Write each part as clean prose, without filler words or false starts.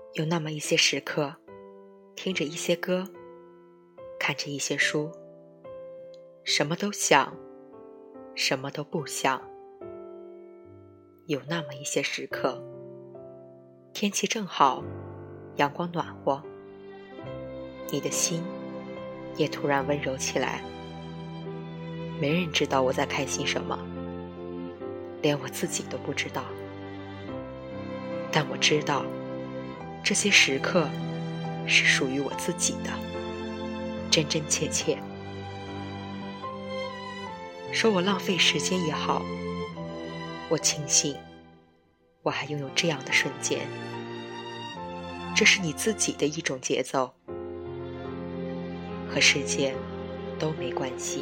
有那么一些时刻，听着一些歌，看着一些书，什么都想，什么都不想。有那么一些时刻，天气正好，阳光暖和，你的心也突然温柔起来。没人知道我在开心什么，连我自己都不知道。但我知道，这些时刻是属于我自己的，真真切切。说我浪费时间也好，我庆幸我还拥有这样的瞬间。这是你自己的一种节奏，和世界都没关系。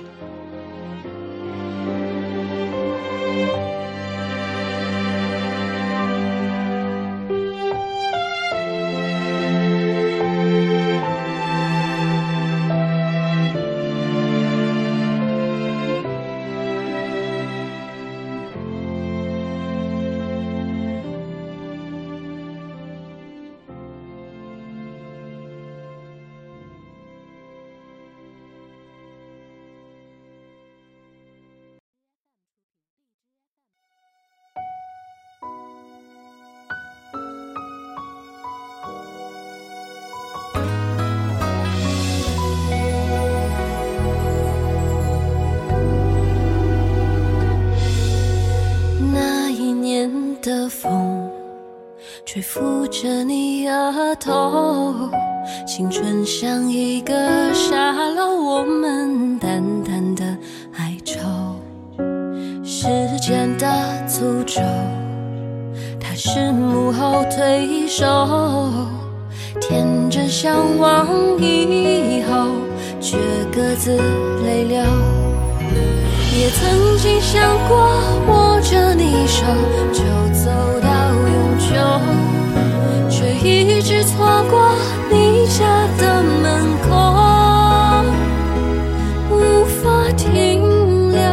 的风吹拂着你额头，青春像一个沙漏，我们淡淡的哀愁。时间的诅咒，它是幕后推手，天真向往以后，却各自泪流。也曾经想过握着你手就走到永久，却一直错过你家的门口，无法停留。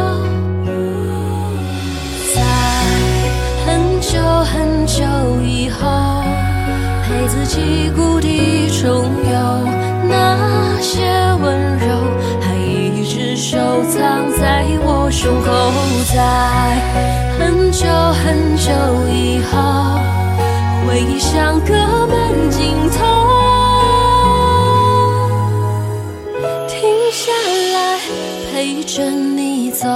在很久很久以后，陪自己故地重游，那些温柔还一直收藏在我胸口。在很久很久以后，回忆像个门尽头，停下来陪着你走。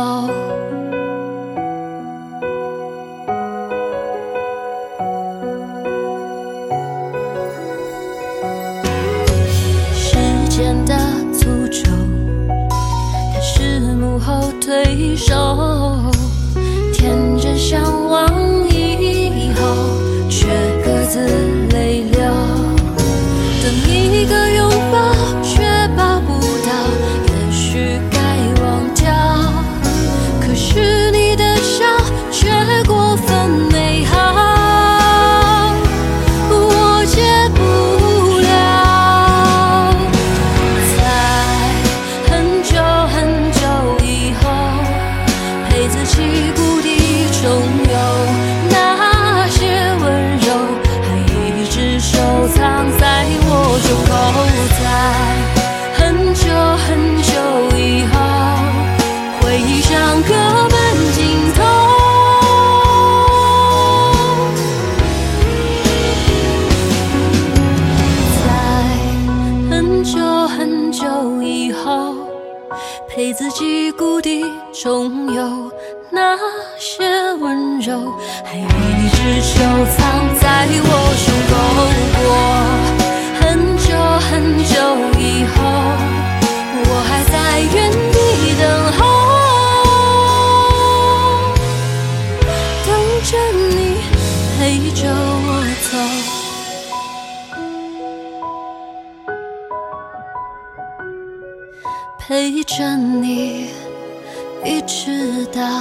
时间的诅咒，它是幕后推手，天真向往以后，却各自泪流。等一个拥抱，却抱不到，也许该忘掉。可是你的笑，却过分美好，我戒不了。在很久很久以后，陪自己故地重游，那些温柔还一直收藏在我胸口。在很久很久以后，回忆像个门尽头，在很久很久以后，陪自己故地重游，那些温柔还一直收藏在我胸口。过很久很久以后，我还在原地等候，等着你陪着我走，陪着你一直到